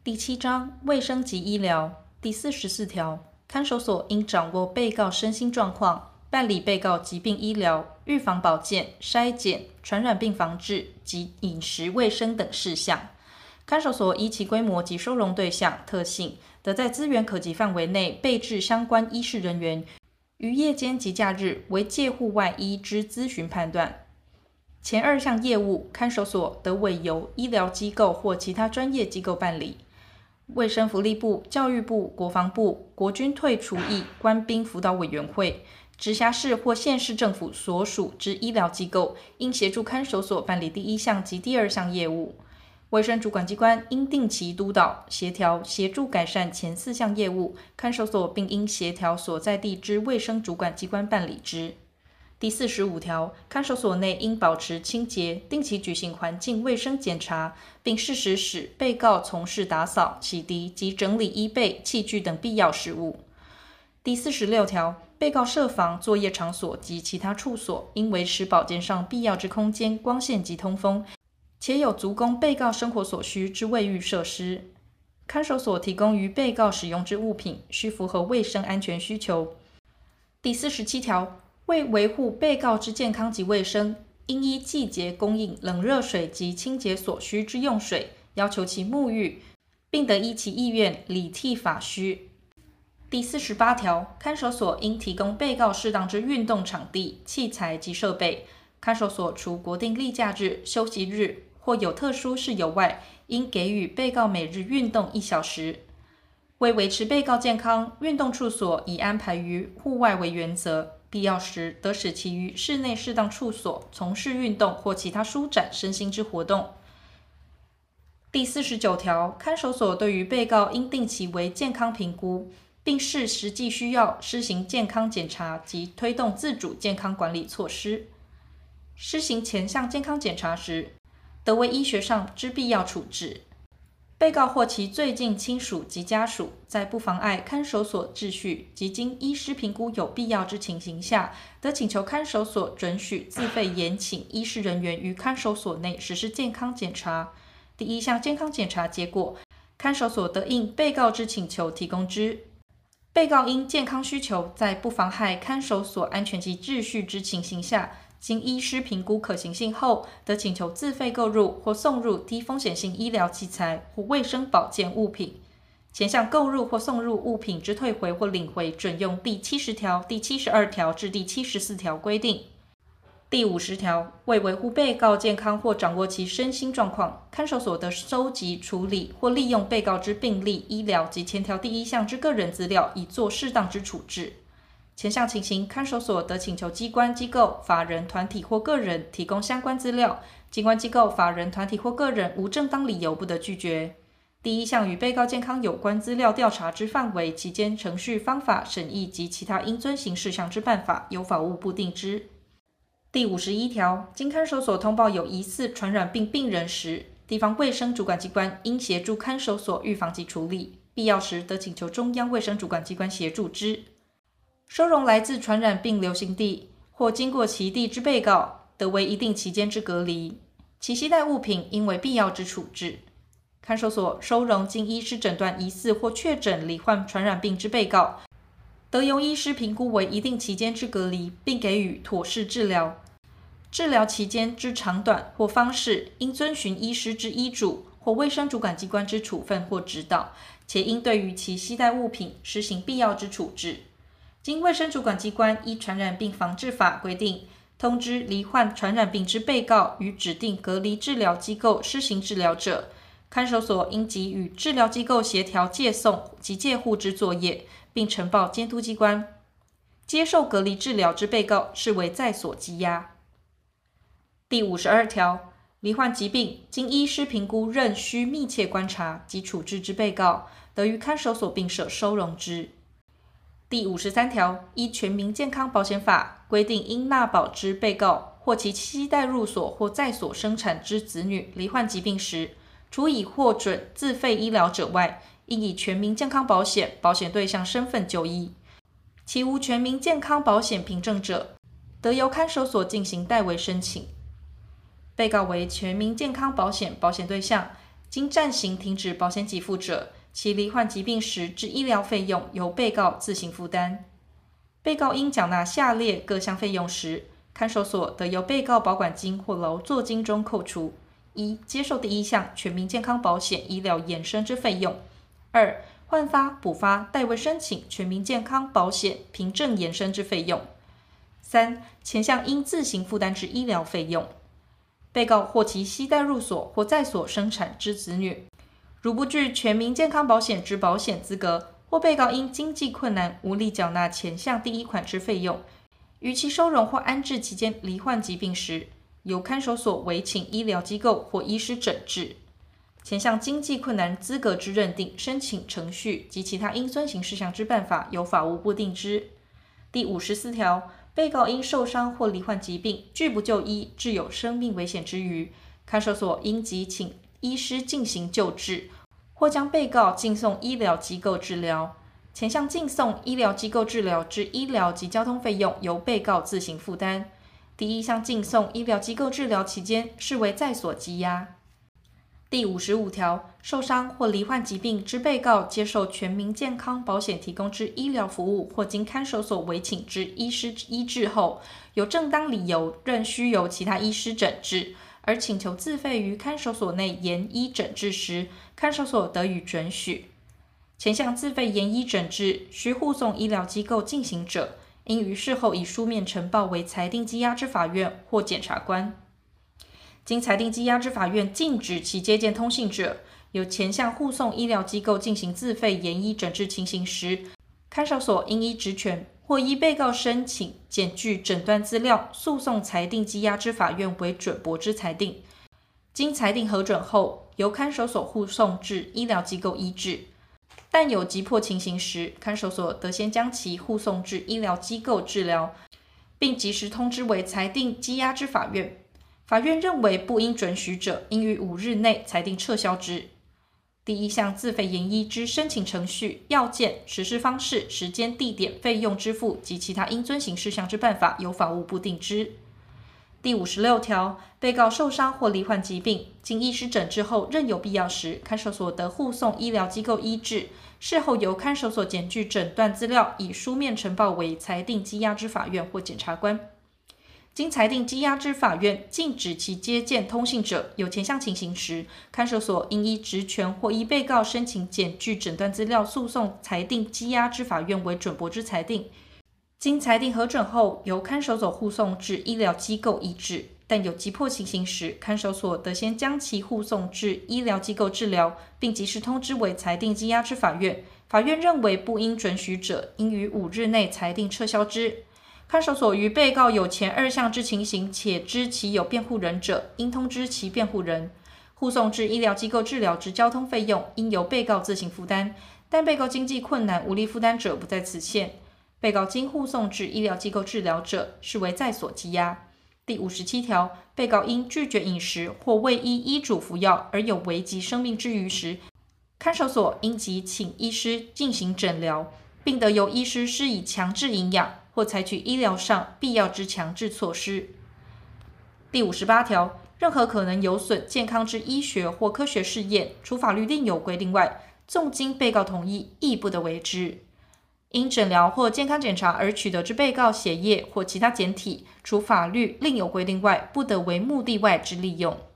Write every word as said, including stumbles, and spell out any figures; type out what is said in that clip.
第七章卫生及医疗第四十四条，看守所应掌握被告身心状况，办理被告疾病医疗、预防保健、筛检、传染病防治及饮食卫生等事项。看守所依其规模及收容对象特性，得在资源可及范围内备置相关医事人员，于夜间及假日为戒护外医之咨询判断。前二项业务，看守所得委由医疗机构或其他专业机构办理。卫生福利部、教育部、国防部、国军退除役官兵辅导委员会、直辖市或县市政府所属之医疗机构，应协助看守所办理第一项及第二项业务。卫生主管机关应定期督导、协调、协助改善前四项业务，看守所并应协调所在地之卫生主管机关办理之。第四十五条，看守所内应保持清洁，定期举行环境卫生检查，并适时使被告从事打扫、洗涤及整理衣被、器具等必要事务。第四十六条，被告设防、作业场所及其他处所，应维持保健上必要之空间、光线及通风，且有足供被告生活所需之卫浴设施。看守所提供于被告使用之物品，需符合卫生安全需求。第四十七条，为维护被告之健康及卫生，应依季节供应冷热水及清洁所需之用水，要求其沐浴，并得依其意愿理替法需。第四十八条，看守所应提供被告适当之运动场地、器材及设备。看守所除国定例假日、休息日或有特殊事由外，应给予被告每日运动一小时。为维持被告健康，运动处所以安排于户外为原则，必要时得使其于室内适当处所从事运动或其他舒展身心之活动。第四十九条，看守所对于被告应定期为健康评估，并视实际需要施行健康检查及推动自主健康管理措施。施行前项健康检查时，得为医学上之必要处置。被告或其最近亲属及家属，在不妨碍看守所秩序及经医师评估有必要之情形下，得请求看守所准许自费延请医师人员于看守所内实施健康检查。第一项健康检查结果，看守所得应被告之请求提供之。被告因健康需求，在不妨害看守所安全及秩序之情形下，经医师评估可行性后，得请求自费购入或送入低风险性医疗器材或卫生保健物品。前项购入或送入物品之退回或领回，准用第七十条、第七十二条至第七十四条规定。第五十条，为维护被告健康或掌握其身心状况，看守所得收集、处理或利用被告之病历、医疗及前条第一项之个人资料，以作适当之处置。前项情形，看守所得请求机关、机构、法人、团体或个人提供相关资料，机关、机构、法人、团体或个人无正当理由不得拒绝。第一项与被告健康有关资料调查之范围、期间、程序、方法、审议及其他应遵行事项之办法，由法务部定之。第五十一条，经看守所通报有疑似传染病病人时，地方卫生主管机关应协助看守所预防及处理，必要时得请求中央卫生主管机关协助之。收容来自传染病流行地或经过其地之被告，得为一定期间之隔离，其携带物品应为必要之处置。看守所收容经医师诊断疑似或确诊罹患传染病之被告，得由医师评估为一定期间之隔离，并给予妥适治疗。治疗期间之长短或方式，应遵循医师之医嘱或卫生主管机关之处分或指导，且应对于其携带物品实行必要之处置。经卫生主管机关依传染病防治法规定，通知罹患传染病之被告与指定隔离治疗机构施行治疗者，看守所应即与治疗机构协调借送及借护之作业，并呈报监督机关。接受隔离治疗之被告视为在所羁押。第五十二条，罹患疾病经医师评估仍需密切观察及处置之被告，得于看守所并设收容之。第五十三条，依全民健康保险法规定应纳保之被告或其携带入所或在所生产之子女罹患疾病时，除已获准自费医疗者外，应以全民健康保险保险对象身份就医。其无全民健康保险凭证者，得由看守所进行代为申请。被告为全民健康保险保险对象， 经暂行停止保险给付者，其罹患疾病时之医疗费用由被告自行负担。被告应缴纳下列各项费用时，看守所得由被告保管金或劳作金中扣除：一、接受第一项全民健康保险医疗衍生之费用；二、换发、补发、代为申请全民健康保险凭证衍生之费用；三、前项应自行负担之医疗费用。被告或其携带入所或在所生产之子女，如不具全民健康保险之保险资格，或被告因经济困难无力缴纳前项第一款之费用，于其收容或安置期间罹患疾病时，由看守所委请医疗机构或医师诊治。前项经济困难资格之认定、申请程序及其他应遵行事项之办法，由法务部定之。第五十四条，被告因受伤或罹患疾病，拒不就医，致有生命危险之余，看守所应即请医师进行救治，或将被告进送医疗机构治疗。前项进送医疗机构治疗之医疗及交通费用，由被告自行负担。第一项进送医疗机构治疗期间，视为在所羁押。第五十五条，受伤或罹患疾病之被告接受全民健康保险提供之医疗服务，或经看守所委请之医师医治后，有正当理由仍需由其他医师诊治，而请求自费于看守所内研医诊治时，看守所得予准许。前项自费研医诊治需护送医疗机构进行者，应于事后以书面呈报为裁定羁押之法院或检察官。经裁定羁押之法院禁止其接见通信者，有前项护送医疗机构进行自费研医诊治情形时，看守所应依职权或依被告申请检具诊断资料，诉讼裁定羁押之法院为准驳之裁定。经裁定核准后，由看守所护送至医疗机构医治。但有急迫情形时，看守所得先将其护送至医疗机构治疗，并及时通知为裁定羁押之法院。法院认为不应准许者，应于五日内裁定撤销之。第一项自费研医之申请程序、要件、实施方式、时间、地点、费用支付及其他应遵行事项之办法，由法务部定之。第五十六条，被告受伤或罹患疾病，经医师诊治后仍有必要时，看守所得护送医疗机构医治，事后由看守所检具诊断资料，以书面呈报为裁定羁押之法院或检察官。经裁定羁押之法院禁止其接见通信者，有前项情形时，看守所应依职权或依被告申请检具诊断资料，诉讼裁定羁押之法院为准驳之裁定。经裁定核准后，由看守所护送至医疗机构医治，但有急迫情形时，看守所得先将其护送至医疗机构治疗，并及时通知为裁定羁押之法院。法院认为不应准许者，应于五日内裁定撤销之。看守所于被告有前二项之情形，且知其有辩护人者，应通知其辩护人。护送至医疗机构治疗之交通费用，应由被告自行负担，但被告经济困难无力负担者不在此限。被告经护送至医疗机构治疗者，视为在所羁押。第五十七条，被告因拒绝饮食或未依医嘱服药而有危及生命之虞时，看守所应即请医师进行诊疗，并得由医师施以强制营养或采取医疗上必要之强制措施。第五十八条，任何可能有损健康之医学或科学试验，除法律另有规定外，纵经被告同意，亦不得为之。因诊疗或健康检查而取得之被告血液或其他检体，除法律另有规定外，不得为目的外之利用。